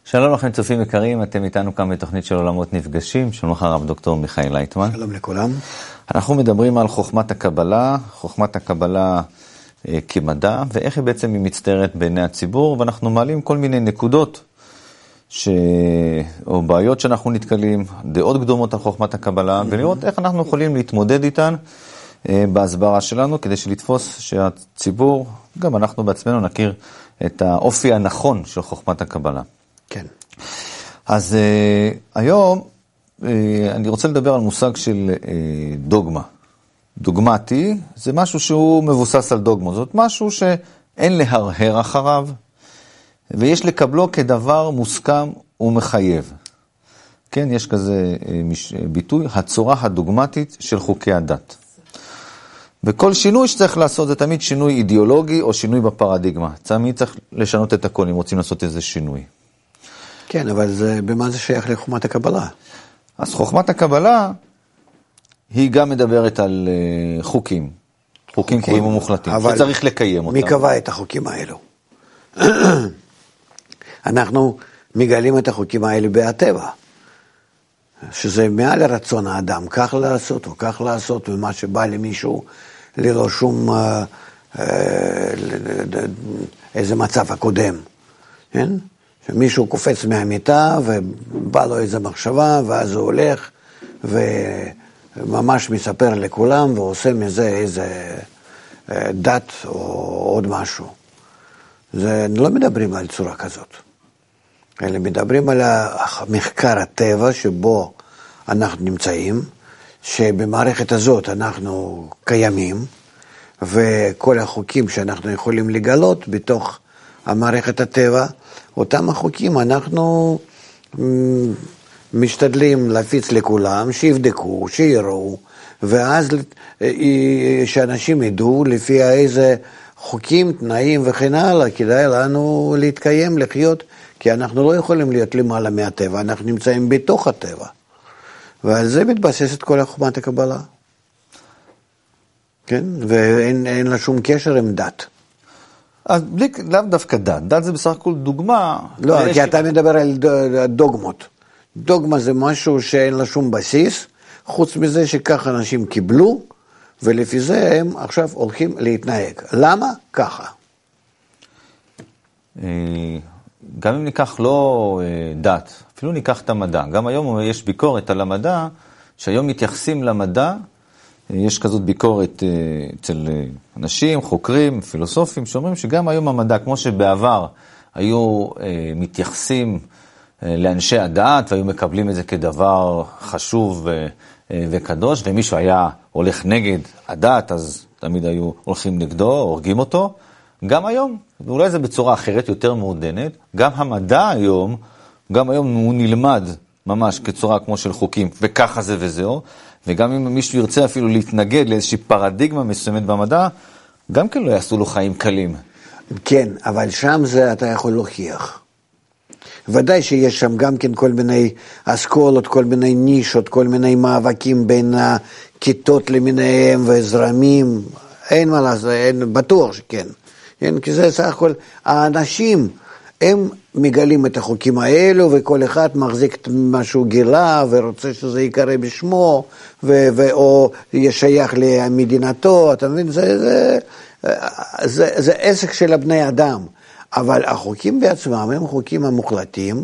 שלום לכם צופים יקרים, אתם איתנו כאן בתוכנית של עולמות נפגשים. שלום לך הרב דוקטור מיכאל לייטמן. שלום לכולם. אנחנו מדברים על חוכמת הקבלה כמדע, ואיך היא בעצם היא מצטיירת בעיני הציבור, ואנחנו מעלים כל מיני נקודות או בעיות שאנחנו נתקלים, דעות קדומות על חוכמת הקבלה, ולראות איך אנחנו יכולים להתמודד איתן בהסברה שלנו, כדי שלתפוס שהציבור, גם אנחנו בעצמנו נכיר את האופי הנכון של חוכמת הקבלה. כן. אז היום אני רוצה לדבר על מושג של דוגמה. דוגמטי זה משהו שהוא מבוסס על דוגמה. זאת משהו שאין להרהר אחריו, ויש לקבלו כדבר מוסכם ומחייב. כן, יש כזה ביטוי, הצורה הדוגמטית של חוקי הדת. וכל שינוי שצריך לעשות זה תמיד שינוי אידיאולוגי או שינוי בפרדיגמה. תמיד צריך לשנות את הכל אם רוצים לעשות איזה שינוי. כן, אבל במה זה שייך לחוכמת הקבלה? אז חוכמת הקבלה היא גם מדברת על חוקים קבועים ומוחלטים, שצריך לקיים אותם. מי קבע את החוקים האלו? אנחנו מגלים את החוקים האלו בטבע, שזה מעל רצון האדם, כך לעשות או כך לעשות, ומה שבא למישהו ללא שום איזה מצב הקודם, כן? שמישהו קופץ מהמיטה ובא לו איזו מחשבה, ואז הוא הולך וממש מספר לכולם ועושה מזה איזה דת או עוד משהו. לא מדברים על צורה כזאת, אלא מדברים על המחקר הטבע שבו אנחנו נמצאים, שבמערכת הזאת אנחנו קיימים, וכל החוקים שאנחנו יכולים לגלות בתוך המערכת הטבע, אותם החוקים אנחנו משתדלים להפיץ לכולם, שיבדקו, שיראו, ואז שאנשים ידעו לפי איזה חוקים, תנאים וכן הלאה, כדאי לנו להתקיים, לחיות, כי אנחנו לא יכולים להיות למעלה מהטבע, אנחנו נמצאים בתוך הטבע. ועל זה מתבססת כל חוכמת הקבלה. כן? ואין לה שום קשר עם דת. אז לאו דווקא דת. דת זה בסך הכל דוגמה. לא, כי אתה מדבר על דוגמות. דוגמה זה משהו שאין לה שום בסיס, חוץ מזה שכך אנשים קיבלו, ולפי זה הם עכשיו הולכים להתנהג. למה? ככה. גם אם ניקח לא דת, אפילו ניקח את המדע. גם היום יש ביקורת על המדע, שהיום מתייחסים למדע, יש כזאת ביקורת אצל אנשים, חוקרים, פילוסופים, שאומרים שגם היום המדע, כמו שבעבר היו מתייחסים לאנשי הדעת, והיו מקבלים את זה כדבר חשוב וקדוש, ומישהו היה הולך נגד הדעת, אז תמיד היו הולכים נגדו, הורגים אותו. גם היום, ואולי זה בצורה אחרת, יותר מעודנת, גם המדע היום, גם היום הוא נלמד ממש כצורה כמו של חוקים, וככה זה וזהו, וגם אם מישהו ירצה אפילו להתנגד לאיזושהי פרדיגמה מסוימת במדע, גם כן לא יעשו לו חיים קלים. כן, אבל שם זה אתה יכול להוכיח. ודאי שיש שם גם כן כל מיני אסכולות, כל מיני נישות, כל מיני מאבקים בין הכיתות למיניהם וזרמים, אין מה לעשות, בטוח שכן. כי זה סך הכל, האנשים, הם מגלים את החוקים האלו, וכל אחד מחזיק משהו גילה, ורוצה שזה יקרא בשמו, או ישייך למדינתו, אתה מבין? זה עסק של הבני אדם. אבל החוקים בעצמם הם חוקים המוחלטים,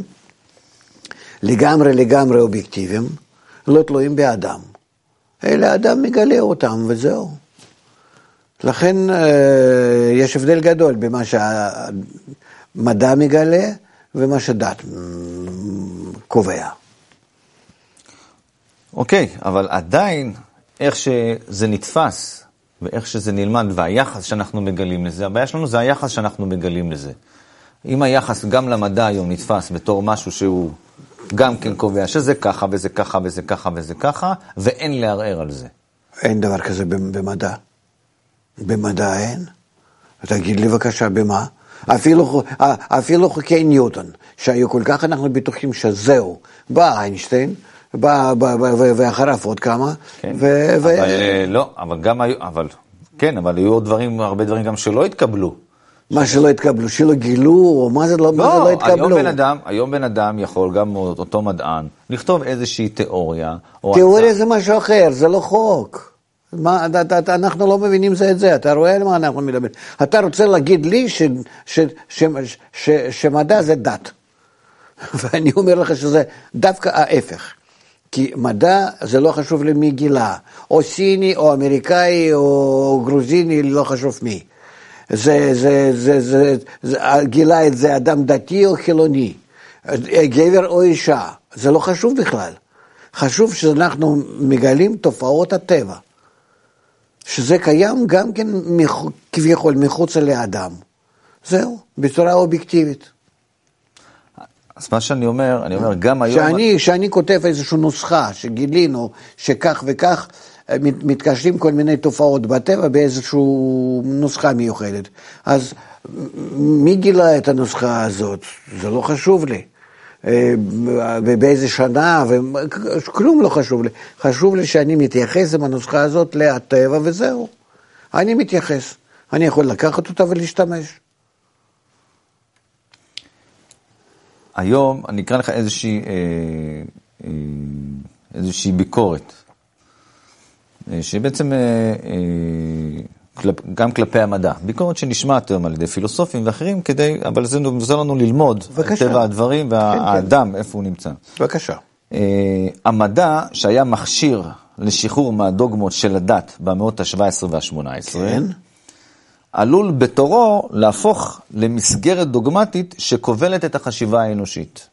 לגמרי אובייקטיביים, לא תלויים באדם. אלא אדם מגלה אותם וזהו. לכן יש הבדל גדול במה שהמדע מגלה ומה שדת קובע. אוקיי, אבל עדיין איך שזה נתפס ואיך שזה נלמד והיחס שאנחנו מגלים לזה, הבעיה שלנו זה היחס שאנחנו מגלים לזה. אם היחס גם למדע היום נתפס בתור משהו שהוא גם כן קובע שזה ככה וזה ככה וזה ככה וזה ככה, ואין לערער על זה. אין דבר כזה במדע. במדע אין. תגיד לי בבקשה במה? אפילו חוקי ניוטון, שהיו כל כך אנחנו בטוחים שזהו. בא איינשטיין, ואחריו עוד כמה. כן, אבל לא, אבל גם היו, אבל כן, אבל היו עוד דברים, הרבה דברים גם שלא התקבלו. מה שלא התקבלו, שלא גילו, או מה זה לא התקבלו? היום בן אדם יכול, גם אותו מדען, לכתוב איזושהי תיאוריה. תיאוריה זה משהו אחר, זה לא חוק. אנחנו לא מבינים זה את זה, אתה רואה על מה אנחנו מדברים. אתה רוצה להגיד לי שמדע זה דת. ואני אומר לך שזה דווקא ההפך. כי מדע זה לא חשוב למי גילה. או סיני, או אמריקאי, או גרוזיני, לא חשוב מי. גילה את זה אדם דתי או חילוני. גבר או אישה. זה לא חשוב בכלל. חשוב שאנחנו מגלים תופעות הטבע. שזה קיים גם כן כביכול מחוץ לאדם. זהו, בצורה אובייקטיבית. אז מה שאני אומר גם היום... שאני כותב איזושהי נוסחה שגילינו שכך וכך מתקשרים כל מיני תופעות בטבע באיזושהי נוסחה מיוחדת. אז מי גילה את הנוסחה הזאת? זה לא חשוב לי. ובאיזה שנה, כלום לא חשוב לי. חשוב לי שאני מתייחס עם הנוסחה הזאת לטבע וזהו. אני מתייחס. אני יכול לקחת אותה ולהשתמש. היום אני אקרא לך איזושהי ביקורת, שבעצם גם כלפי המדע, ביקורת שנשמעת היום על ידי פילוסופים ואחרים, אבל זה עוזר לנו ללמוד את טבע הדברים והאדם, איפה הוא נמצא. בבקשה. המדע שהיה מכשיר לשחרור מהדוגמות של הדת במאות ה-17 וה-18, כן. עלול בתורו להפוך למסגרת דוגמטית שכובלת את החשיבה האנושית.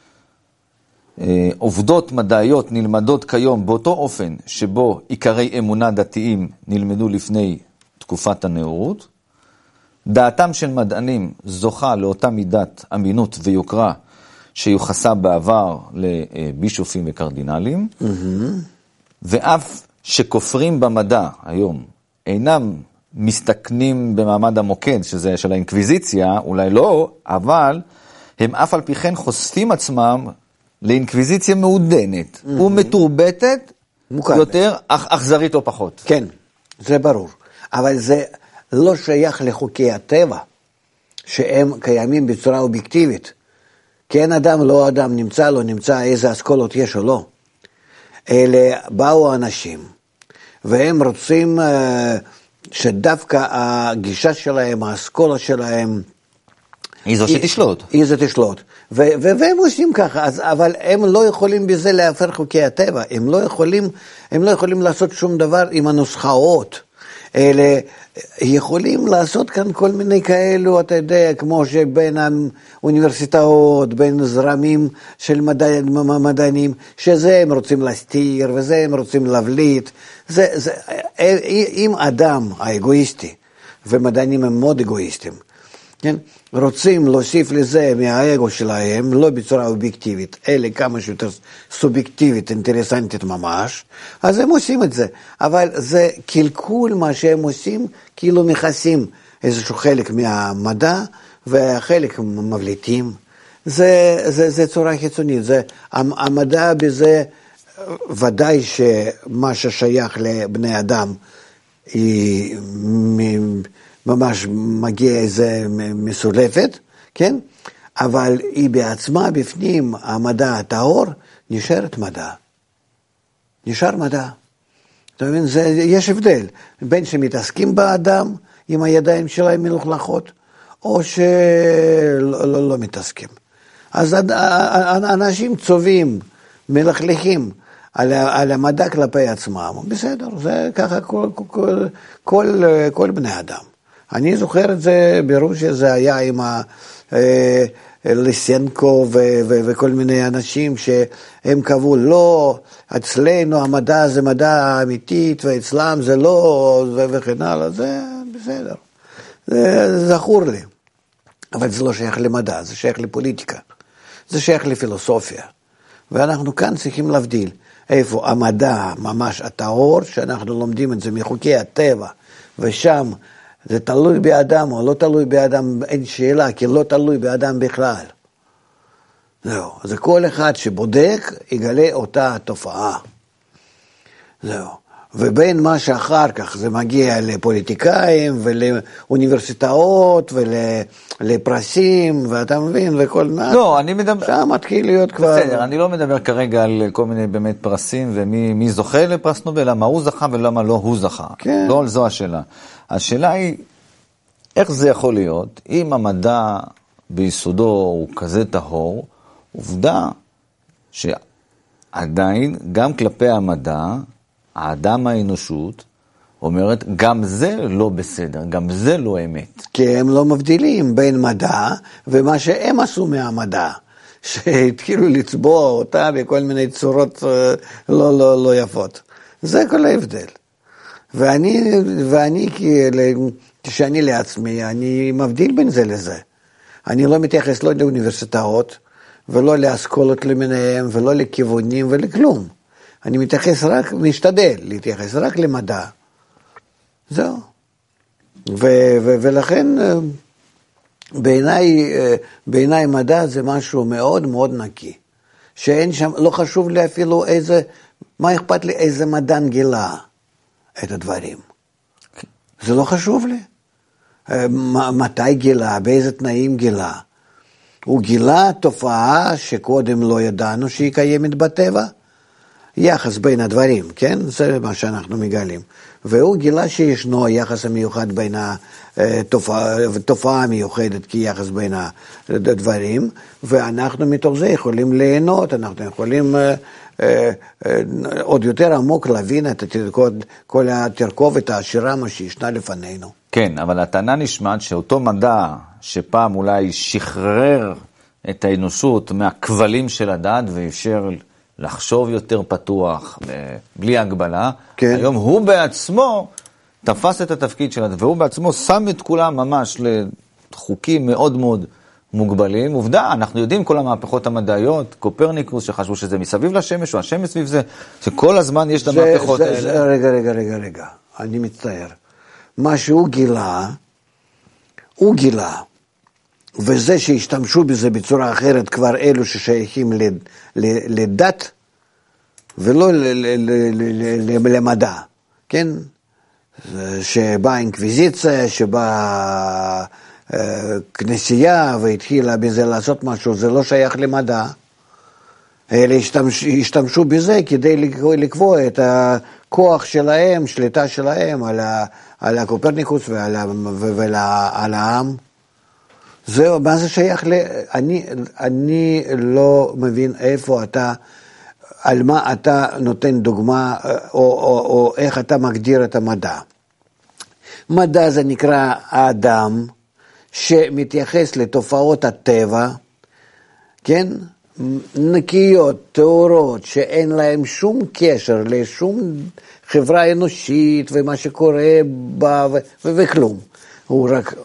עובדות מדעיות נלמדות כיום באותו אופן שבו עיקרי אמונה דתיים נלמדו לפני תקופת הנאורות. דעתם של מדענים זוכה לאותה מידת אמינות ויוקרה שיוחסה בעבר לבישופים וקרדינלים. ואף שכופרים במדע היום אינם מסתכנים במעמד המוקד, שזה של האינקוויזיציה, אולי לא, אבל הם אף על פי כן חושפים עצמם לאינקוויזיציה מעודנת ומתורבתת, יותר אכזרית או פחות. כן, זה ברור. אבל זה לא שייך לחוקי הטבע, שהם קיימים בצורה אובייקטיבית. כן אדם, לא אדם, נמצא, לא נמצא, איזה אסכולות יש או לא. אלה באו אנשים, והם רוצים... שדווקא הגישה שלהם, האסכולה שלהם, היא זו שתשלוט. היא זו תשלוט. והם עושים ככה, אבל הם לא יכולים בזה להפר חוקי הטבע, הם לא יכולים לעשות שום דבר עם הנוסחאות, אלה יכולים לעשות כאן כל מיני כאלו, אתה יודע, כמו שבין האוניברסיטאות, בין זרמים של מדענים, שזה הם רוצים להסתיר, וזה הם רוצים להבליט. אם אדם האגואיסטי, ומדענים הם מאוד אגואיסטים, כן? רוצים להוסיף לזה מהאגו שלהם, לא בצורה אובייקטיבית, אלא כמה שיותר סובייקטיבית, אינטרסנטית ממש, אז הם עושים את זה. אבל זה קלקול מה שהם עושים, כאילו מכסים איזשהו חלק מהמדע, וחלק מבליטים. זה צורה חיצונית. המדע בזה, ודאי שמה ששייך לבני אדם, היא ממש מגיע איזה מסולפת, כן? אבל היא בעצמה בפנים, המדע הטהור, נשארת מדע. נשאר מדע. אתה מבין? יש הבדל בין שמתעסקים באדם עם הידיים שלהם מלוכלכות, או שלא מתעסקים. אז אנשים צובעים, מלכלכים על המדע כלפי עצמם. בסדר, זה ככה כל בני אדם. אני זוכר את זה ברוסיה, זה היה עם ליסנקו וכל מיני אנשים שהם קבעו, לא, אצלנו המדע זה מדע אמיתית, ואצלם זה לא, וכן הלאה, זה בסדר. זה זכור לי. אבל זה לא שייך למדע, זה שייך לפוליטיקה. זה שייך לפילוסופיה. ואנחנו כאן צריכים להבדיל. איפה המדע ממש הטהור, שאנחנו לומדים את זה מחוקי הטבע, ושם זה תלוי באדם או לא תלוי באדם, אין שאלה, כי לא תלוי באדם בכלל. זהו, אז כל אחד שבודק יגלה אותה תופעה. זהו, ובין מה שאחר כך זה מגיע לפוליטיקאים ולאוניברסיטאות ולפרסים, ואתה מבין, וכל מה. לא, אני מדבר... שם מתחיל להיות כבר... בסדר, אני לא מדבר כרגע על כל מיני באמת פרסים, ומי זוכה לפרס נובל, למה הוא זכה ולמה לא הוא זכה. כן. לא על זו השאלה. השאלה היא, איך זה יכול להיות, אם המדע ביסודו הוא כזה טהור, עובדה שעדיין, גם כלפי המדע, האדם האנושות אומרת, גם זה לא בסדר, גם זה לא אמת. כי הם לא מבדילים בין מדע ומה שהם עשו מהמדע, שהתחילו לצבוע אותה בכל מיני צורות לא יפות. זה כל ההבדל. ואני כשאני לעצמי, אני מבדיל בין זה לזה. אני לא מתייחס לא לאוניברסיטאות, ולא לאסכולות למיניהם, ולא לכיוונים ולכלום. אני מתייחס רק, משתדל להתייחס רק למדע. זהו. ולכן בעיניי מדע זה משהו מאוד מאוד נקי. שאין שם, לא חשוב לי אפילו איזה, מה אכפת לי איזה מדען גילה את הדברים. זה לא חשוב לי. מתי גילה, באיזה תנאים גילה. הוא גילה תופעה שקודם לא ידענו שהיא קיימת בטבע, יחס בין הדברים, כן? זה מה שאנחנו מגלים. והוא גילה שישנו יחס המיוחד בין תופעה מיוחדת כיחס בין הדברים, ואנחנו מתוך זה יכולים ליהנות, אנחנו יכולים עוד יותר עמוק להבין את כל התרכובת העשירה מה שישנה לפנינו. כן, אבל הטענה נשמעת שאותו מדע שפעם אולי שחרר את האנושות מהכבלים של הדעת ואפשר לחשוב יותר פתוח, בלי הגבלה, כן. היום הוא בעצמו תפס את התפקיד של הדעת, והוא בעצמו שם את כולם ממש לחוקים מאוד מאוד מוגבלים. עובדה, אנחנו יודעים כל המהפכות המדעיות, קופרניקוס שחשבו שזה מסביב לשמש, או השמש סביב זה, שכל הזמן יש את המהפכות האלה. רגע, אני מצטער. מה שהוא גילה, הוא גילה, וזה שהשתמשו בזה בצורה אחרת כבר אלו ששייכים לדת, ולא למדע, כן? שבאה אינקוויזיציה, שבאה כנסייה והתחילה בזה לעשות משהו, זה לא שייך למדע, אלא השתמשו בזה כדי לקבוע את הכוח שלהם, שליטה שלהם על הקופרניקוס ועל העם. זהו, מה זה שייך אני לא מבין איפה אתה, על מה אתה נותן דוגמה, או איך אתה מגדיר את המדע. מדע זה נקרא האדם שמתייחס לתופעות הטבע, כן? נקיות, תאורות, שאין להם שום קשר לשום חברה אנושית ומה שקורה בה וכלום. הוא רק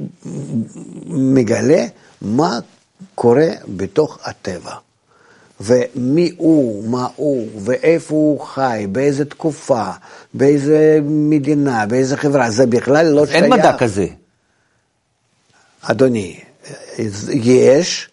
מגלה מה קורה בתוך הטבע. ומי הוא, מה הוא, ואיפה הוא חי, באיזה תקופה, באיזה מדינה, באיזה חברה. זה בכלל לא שייך. אין מדע כזה. אדוני, יש,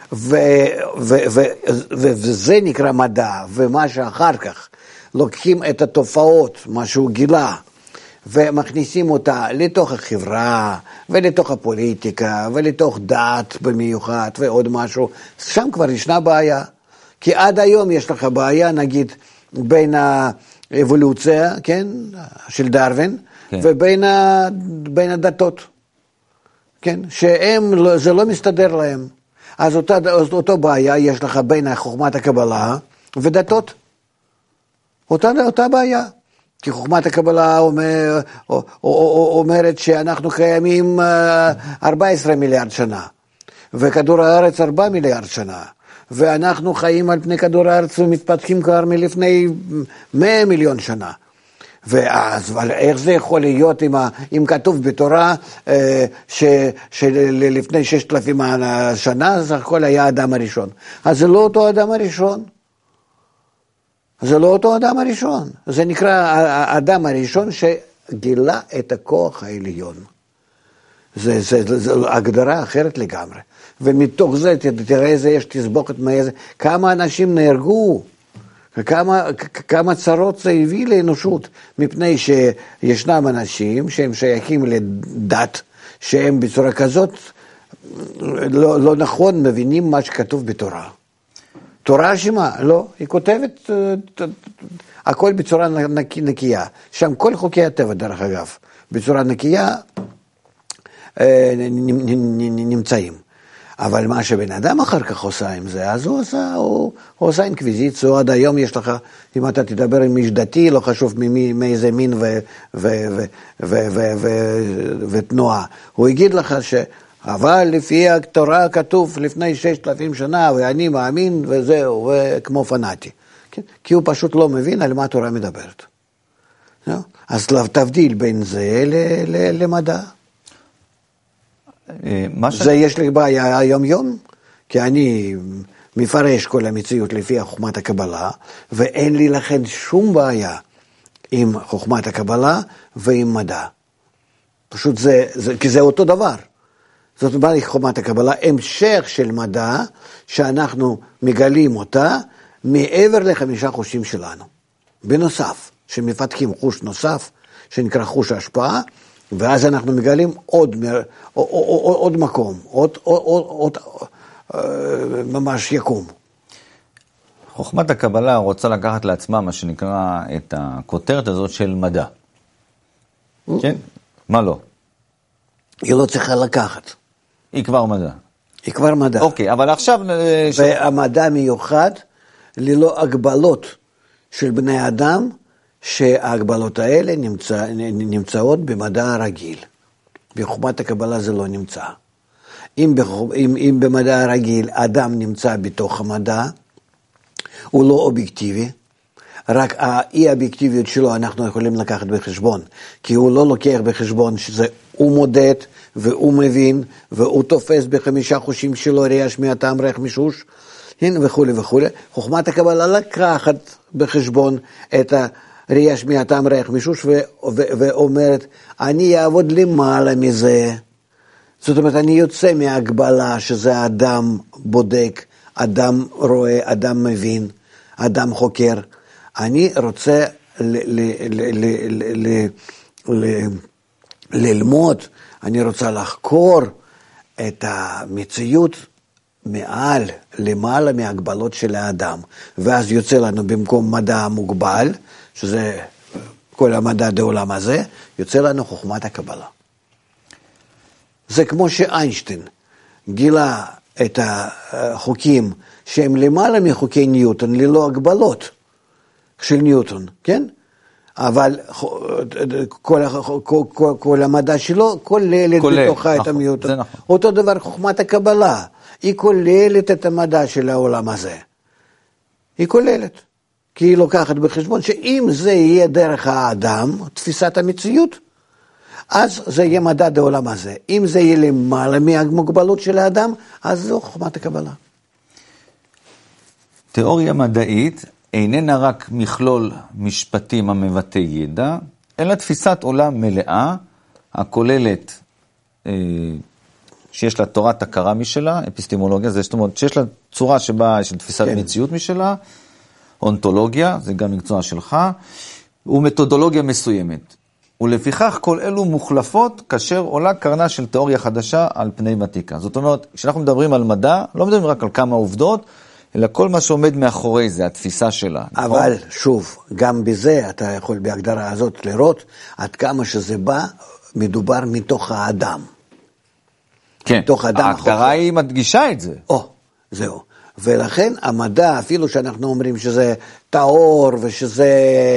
וזה נקרא מדע, ומה שאחר כך לוקחים את התופעות, מה שהוא גילה, ומכניסים אותה לתוך החברה, ולתוך הפוליטיקה, ולתוך דת במיוחד, ועוד משהו, שם כבר ישנה בעיה. כי עד היום יש לך בעיה, נגיד, בין האבולוציה, כן, של דרווין, כן. ובין הדתות, כן, זה לא מסתדר להם. אז אותו בעיה יש לך בין חוכמת הקבלה ודתות. אותה בעיה. כי חוכמת הקבלה אומרת שאנחנו קיימים 14 מיליארד שנה, וכדור הארץ 4 מיליארד שנה, ואנחנו חיים על פני כדור הארץ ומתפתחים כבר מלפני 100 מיליון שנה. ואז איך זה יכול להיות אם כתוב בתורה שלפני 6,000 שנה זה הכל היה האדם הראשון. אז זה לא אותו האדם הראשון. זה לא אותו אדם הראשון. זה נקרא האדם הראשון שגילה את הכוח העליון. זו הגדרה אחרת לגמרי. ומתוך זה, תראה איזה יש תסבוכת מאיזה, כמה אנשים נהרגו כמה צרות זה הביא לאנושות, מפני שישנם אנשים שהם שייכים לדת, שהם בצורה כזאת לא נכון מבינים מה שכתוב בתורה. תורה שמה? לא, היא כותבת הכל בצורה נקייה. שם כל חוקי הטבע, דרך אגב, בצורה נקייה נמצאים. אבל מה שבן אדם אחר כך עושה עם זה, אז הוא עושה אינקוויזיציה, עד היום יש לך, אם אתה תדבר עם איש דתי, לא חשוב מאיזה מין ותנועה, הוא יגיד לך אבל לפי התורה כתוב לפני 6,000 שנה, ואני מאמין וזהו, וכמו פנאטי. כן? כי הוא פשוט לא מבין על מה התורה מדברת. אז תבדיל בין זה למדע. זה יש לי בעיה היום-יום, כי אני מפרש כל המציאות לפי חוכמת הקבלה, ואין לי לכן שום בעיה עם חוכמת הקבלה ועם מדע. פשוט כי זה אותו דבר. זאת אומרת, חוכמת הקבלה, המשך של מדע, שאנחנו מגלים אותה, מעבר ל5 חושים שלנו. בנוסף, שמפתחים חוש נוסף, שנקרא חוש ההשפעה, ואז אנחנו מגלים עוד מקום, עוד ממש יקום. חוכמת הקבלה רוצה לקחת לעצמה מה שנקרא את הכותרת הזאת של מדע. כן? מה לא? היא לא צריכה לקחת. היא כבר מדע. היא כבר מדע. אוקיי, אבל עכשיו... והמדע מיוחד ללא הגבלות של בני אדם, שההגבלות האלה נמצאות במדע הרגיל. בחוכמת הקבלה זה לא נמצא. אם במדע הרגיל אדם נמצא בתוך המדע, הוא לא אובייקטיבי, רק האי-אובייקטיביות שלו אנחנו יכולים לקחת בחשבון, כי הוא לא לוקח בחשבון שזה הוא מודד והוא מבין, והוא תופס ב5 חושים שלו, ראייה, שמיעה, טעם, ריח, מישוש, וכו' וכו'. חוכמת הקבלה לקחת בחשבון את ראייה, שמיעה, טעם, ריח, מישוש, ואומרת, אני אעבוד למעלה מזה. זאת אומרת, אני יוצא מהגבלה שזה אדם בודק, אדם רואה, אדם מבין, אדם חוקר. אני רוצה ללמוד, אני רוצה לחקור את המציאות למעלה מהגבלות של האדם. ואז יוצא לנו במקום מדע מוגבל, שזה כל המדע בעולם הזה, יוצא לנו חוכמת הקבלה. זה כמו שאיינשטיין גילה את החוקים שהם למעלה מחוקי ניוטון, ללא הגבלות של ניוטון, כן? אבל כל המדע שלו כוללת בתוכה את הניוטון. נכון. אותו דבר חוכמת הקבלה, היא כוללת את המדע של העולם הזה. היא כוללת. כי היא לוקחת בחשבון שאם זה יהיה דרך האדם, תפיסת המציאות, אז זה יהיה מדע בעולם הזה. אם זה יהיה למעלה מהמוגבלות של האדם, אז זו חוכמת הקבלה. תיאוריה מדעית איננה רק מכלול משפטים המבטא ידע, אלא תפיסת עולם מלאה, הכוללת שיש לה תורת הכרה משלה, אפיסטמולוגיה, זאת אומרת שיש לה צורה שבה יש תפיסת מציאות משלה, אונתולוגיה, זה גם מקצוע שלך, ומתודולוגיה מסוימת. ולפיכך כל אלו מוחלפות כאשר עולה קרנה של תיאוריה חדשה על פני מתיקה. זאת אומרת, כשאנחנו מדברים על מדע, לא מדברים רק על כמה עובדות, אלא כל מה שעומד מאחורי זה, התפיסה שלה. אבל נכון? שוב, גם בזה אתה יכול בהגדרה הזאת לראות עד כמה שזה בא, מדובר מתוך האדם. כן, ההגדרה היא מדגישה את זה. זהו. ולכן המדע, אפילו שאנחנו אומרים שזה טהור ושזה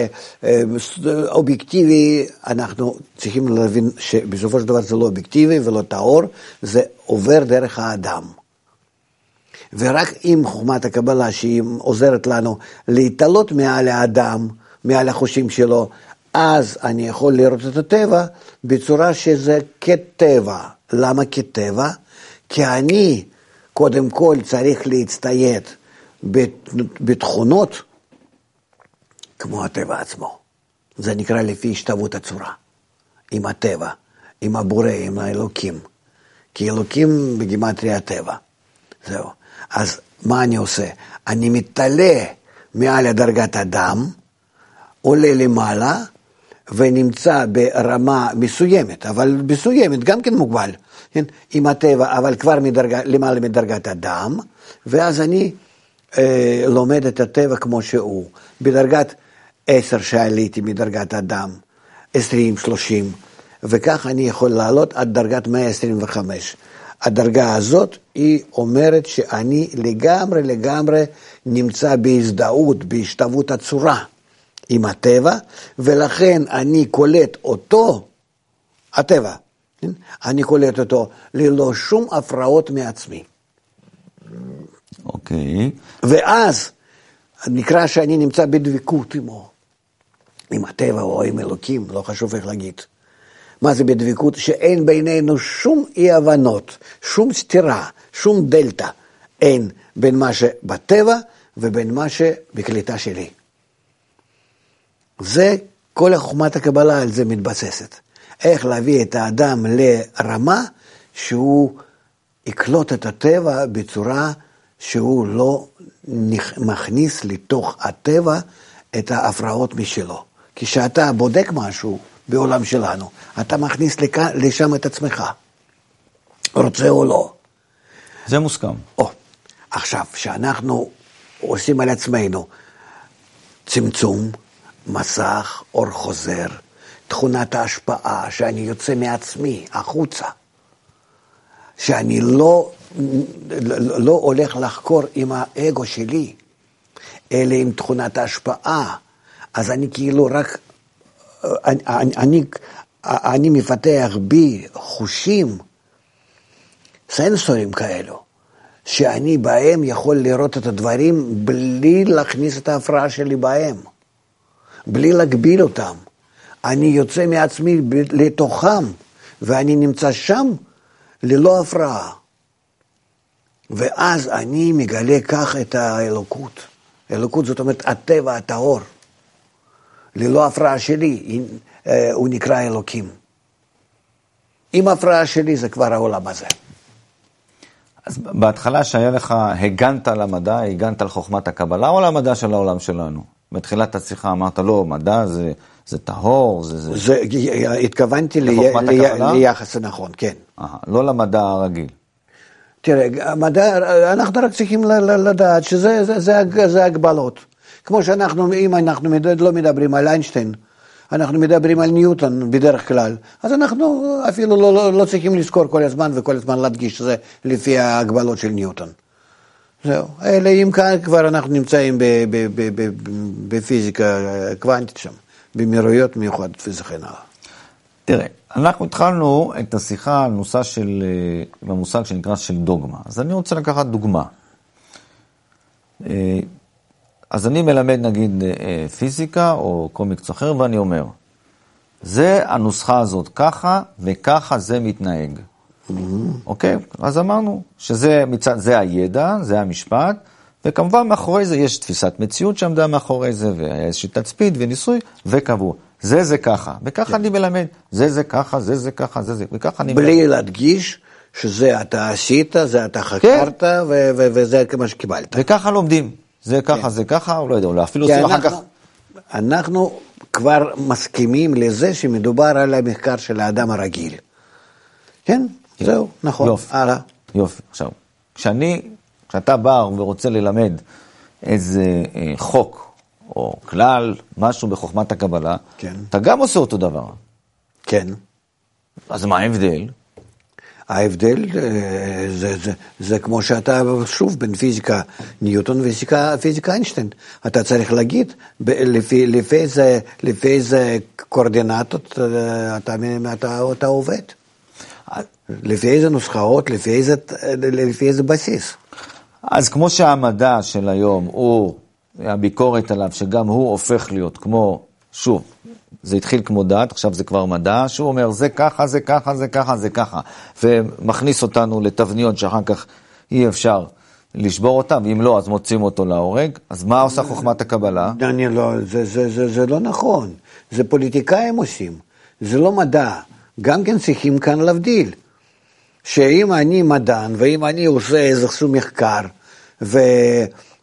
אובייקטיבי, אנחנו צריכים להבין שבסופו של דבר זה לא אובייקטיבי ולא טהור, זה עובר דרך האדם. ורק עם חוכמת הקבלה שהיא עוזרת לנו להתעלות מעל האדם, מעל החושים שלו, אז אני יכול לראות את הטבע בצורה שזה כטבע. למה כטבע? כי אני קודם כל צריך להצטייד בתכונות כמו הטבע עצמו. זה נקרא לפי השתוות הצורה. עם הטבע, עם הבורא, עם האלוקים. כי אלוקים בגימטריה הטבע. זהו. אז מה אני עושה? אני מתעלה מעל דרגת אדם, עולה למעלה, ונמצא ברמה מסוימת, אבל מסוימת, גם כן מוגבל, כן? עם הטבע, אבל כבר למעלה מדרגת אדם, ואז אני לומד את הטבע כמו שהוא. בדרגת 10 שעליתי מדרגת אדם, 20, 30, וכך אני יכול לעלות עד דרגת 125. הדרגה הזאת היא אומרת שאני לגמרי נמצא בהזדהות, בהשתוות הצורה עם הטבע, ולכן אני קולט אותו, הטבע, אני קולט אותו ללא שום הפרעות מעצמי. אוקיי. ואז נקרא שאני נמצא בדבקות עמו, עם הטבע או עם אלוקים, לא חשוב איך להגיד. מה זה בדבקות? שאין בינינו שום אי-הבנות, שום סתירה, שום דלתא, אין בין מה שבטבע ובין מה שבקליטה שלי. זה, כל חוכמת הקבלה על זה מתבססת. איך להביא את האדם לרמה שהוא יקלוט את הטבע בצורה שהוא לא מכניס לתוך הטבע את ההפרעות משלו. כי כשאתה בודק משהו בעולם שלנו, אתה מכניס לשם את עצמך. רוצה או לא. זה מוסכם. עכשיו, שאנחנו עושים על עצמנו צמצום, מסך, אור חוזר, תכונת ההשפעה, שאני יוצא מעצמי, החוצה. שאני לא הולך לחקור עם האגו שלי, אלא עם תכונת ההשפעה. אז אני כאילו רק, אני מפתח בי חושים, סנסורים כאלו, שאני בהם יכול לראות את הדברים בלי להכניס את ההפרעה שלי בהם, בלי להגביל אותם. אני יוצא מעצמי לתוכם, ואני נמצא שם ללא הפרעה. ואז אני מגלה כך את האלוקות. אלוקות זאת אומרת הטבע הטהור. ללא הפרעה שלי, הוא נקרא אלוקים. עם הפרעה שלי זה כבר העולם הזה. אז בהתחלה שהיה לך, הגנת על המדע, הגנת על חוכמת הקבלה, או על המדע של העולם שלנו? בתחילת השיחה אמרת, לא, מדע זה טהור, התכוונתי ליחס הנכון, כן. לא למדע הרגיל. תראה, המדע, אנחנו רק צריכים לדעת שזה הגבלות. כמו שאנחנו, אם אנחנו לא מדברים על איינשטיין, אנחנו מדברים על ניוטון בדרך כלל, אז אנחנו אפילו לא צריכים לזכור כל הזמן וכל הזמן להדגיש שזה לפי ההגבלות של ניוטון. זהו. אלא אם כאן כבר אנחנו נמצאים בפיזיקה קוונטית שם, במהירויות מיוחדות וכן הלאה. תראה, אנחנו התחלנו את השיחה על המושג שנקרא של דוגמה. אז אני רוצה לקחת דוגמה. אז אני מלמד נגיד פיזיקה או כל מקצוע אחר, ואני אומר, זה הנוסחה הזאת ככה וככה זה מתנהג. אוקיי? אז אמרנו שזה זה הידע, זה המשפט, וכמובן מאחורי זה יש תפיסת מציאות שעמדה מאחורי זה, ואיזושהי תצפית וניסוי, וקבוע. זה ככה, וככה אני מלמד, זה ככה, זה ככה, זה, וככה אני מלמד. בלי להדגיש שזה אתה עשית, זה אתה חקרת, וזה מה שקיבלת. וככה לומדים, זה ככה, זה ככה, או לא יודע, אפילו עושים אחר כך. אנחנו כבר מסכימים לזה שמדובר על המחקר של האדם הרגיל. כן? זהו, נכון. יופי. עכשיו, כשאתה בא ורוצה ללמד איזה חוק, או כלל, משהו בחוכמת הקבלה, כן. אתה גם עושה אותו דבר. כן. אז מה ההבדל? ההבדל זה כמו שאתה שוב בין פיזיקה ניוטון ופיזיקה איינשטיין. אתה צריך להגיד לפי איזה קורדינטות אתה עובד. לפי איזה נוסחאות, לפי איזה בסיס. אז כמו שהמדע של היום הוא, הביקורת עליו, שגם הוא הופך להיות כמו, שוב, זה התחיל כמו דת, עכשיו זה כבר מדע, שהוא אומר, זה ככה, זה ככה, זה ככה, זה ככה, ומכניס אותנו לתבניות שאחר כך אי אפשר לשבור אותם, ואם לא, אז מוצאים אותו להורג. אז מה עושה חוכמת הקבלה? דניאל, לא, זה לא נכון. זה פוליטיקאים עושים. זה לא מדע. גם כן צריכים כאן להבדיל. שאם אני מדען, ואם אני עושה איזשהו מחקר,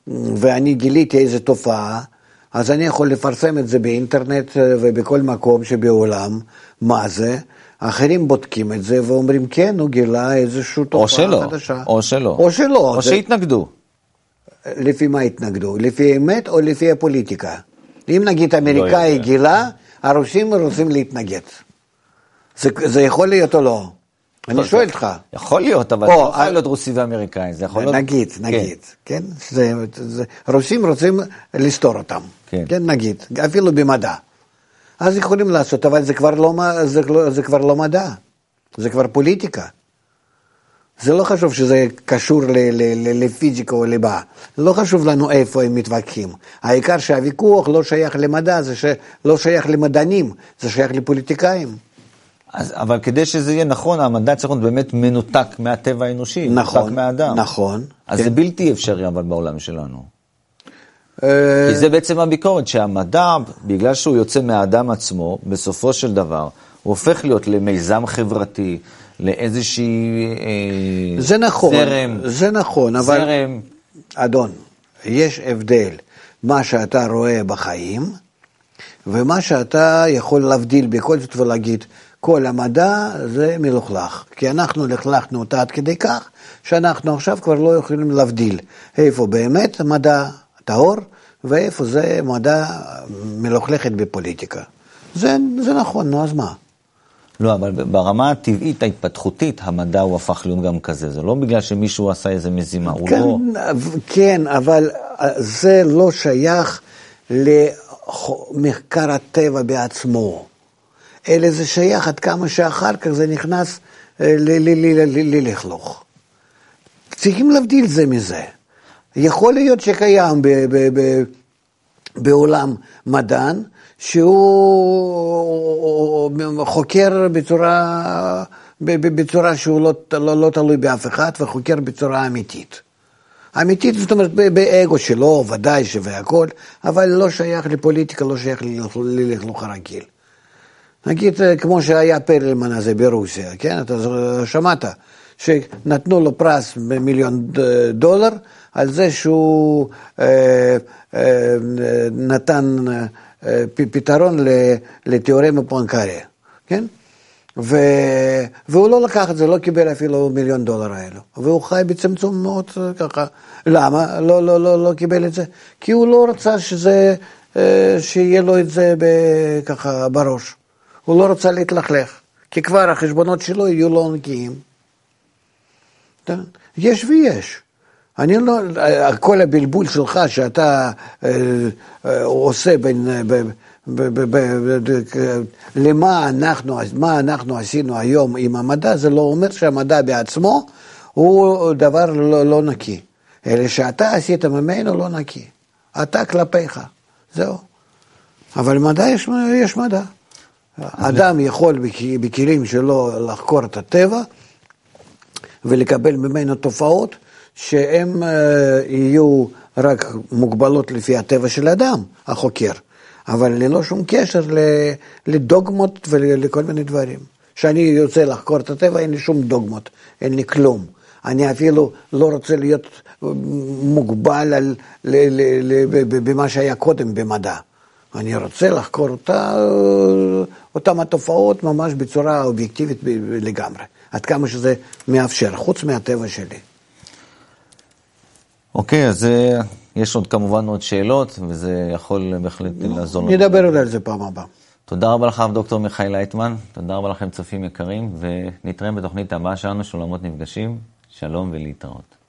ואני גיליתי איזו תופעה, אז אני יכול לפרסם את זה באינטרנט ובכל מקום שבעולם, מה זה, אחרים בודקים את זה ואומרים, כן, הוא גילה איזושהי תופעה חדשה. או שלא. או שלא. או שהתנגדו. לפי מה התנגדו? לפי אמת או לפי הפוליטיקה? אם נגיד אמריקאי גילה, הרוסים רוצים להתנגד. זה יכול להיות או לא? אני שואל אותך. יכול להיות, אבל זה לא יכול להיות רוסי ואמריקאי. נגיד, כן? רוסים רוצים לסתור אותם. כן, נגיד, אפילו במדע. אז יכולים לעשות, אבל זה כבר לא מדע. זה כבר פוליטיקה. זה לא חשוב שזה קשור לפיזיקה או לבא. לא חשוב לנו איפה הם מתווכחים. העיקר שהוויכוח לא שייך למדע, זה לא שייך למדענים, זה שייך לפוליטיקאים. אבל כדי שזה יהיה נכון, המדע צריך להיות באמת מנותק מהטבע האנושי, מנותק מהאדם. נכון. אז זה בלתי אפשרי אבל בעולם שלנו. כי זה בעצם הביקורת, שהמדע, בגלל שהוא יוצא מהאדם עצמו, בסופו של דבר, הוא הופך להיות למיזם חברתי, לאיזושהי זה נכון, זרם. זה נכון, אבל זרם. אדון, יש הבדל מה שאתה רואה בחיים, ומה שאתה יכול להבדיל בכל זאת ולהגיד, כל המדע זה מלוכלך, כי אנחנו לכלכנו אותה עד כדי כך, שאנחנו עכשיו כבר לא יכולים להבדיל איפה באמת מדע טהור, ואיפה זה מדע מלוכלכת בפוליטיקה. זה נכון, נו אז מה? לא, אבל ברמה הטבעית, ההתפתחותית, המדע הוא הפך להיות גם כזה. זה לא בגלל שמישהו עשה איזה מזימה. כן, לא... כן, אבל זה לא שייך למחקר הטבע בעצמו. אלא זה שייך עד כמה שאחר כך זה נכנס ללכלוך. צריכים להבדיל זה מזה. יכול להיות שקיים בעולם מדען, שהוא חוקר בצורה שהוא לא תלוי באף אחד, וחוקר בצורה אמיתית. אמיתית, זאת אומרת, באגו שלו, ודאי והכל, אבל לא שייך לפוליטיקה, לא שייך ללכלוך הרגיל. נגיד, כמו שהיה פרלמן הזה ברוסיה, כן? אתה שמעת שנתנו לו פרס $1,000,000 על זה שהוא נתן פתרון לתיאורמה פואנקריה, כן? והוא לא לקח את זה, לא קיבל אפילו $1,000,000 האלו, והוא חי בצמצום מאוד ככה. למה? לא קיבל את זה, כי הוא לא רצה שיהיה לו את זה ככה בראש. הוא לא רצה להתלכלך, כי כבר החשבונות שלו יהיו לא נקיים. יש ויש. אני לא, כל הבלבול שלך שאתה עושה למה אנחנו עשינו היום עם המדע, זה לא אומר שהמדע בעצמו הוא דבר לא נקי. אלא שאתה עשית ממנו לא נקי. אתה כלפיך. זהו. אבל מדע יש מדע. אדם יכול בכלים שלו לחקור את הטבע ולקבל ממנו תופעות שהן יהיו רק מוגבלות לפי הטבע של האדם, החוקר, אבל ללא שום קשר לדוגמות ולכל מיני דברים. כשאני יוצא לחקור את הטבע, אין לי שום דוגמות, אין לי כלום. אני אפילו לא רוצה להיות מוגבל במה שהיה קודם במדע. אני רוצה לחקור אותם התופעות ממש בצורה אובייקטיבית לגמרי, עד כמה שזה מאפשר, חוץ מהטבע שלי. אוקיי, אז יש עוד כמובן עוד שאלות, וזה יכול בהחלט לעזור. נדבר על זה פעם הבאה. תודה רבה לך, דוקטור מיכאל לייטמן, תודה רבה לכם צופים יקרים, ונתראה בתוכנית הבאה שלנו, שולמות נפגשים, שלום ולהתראות.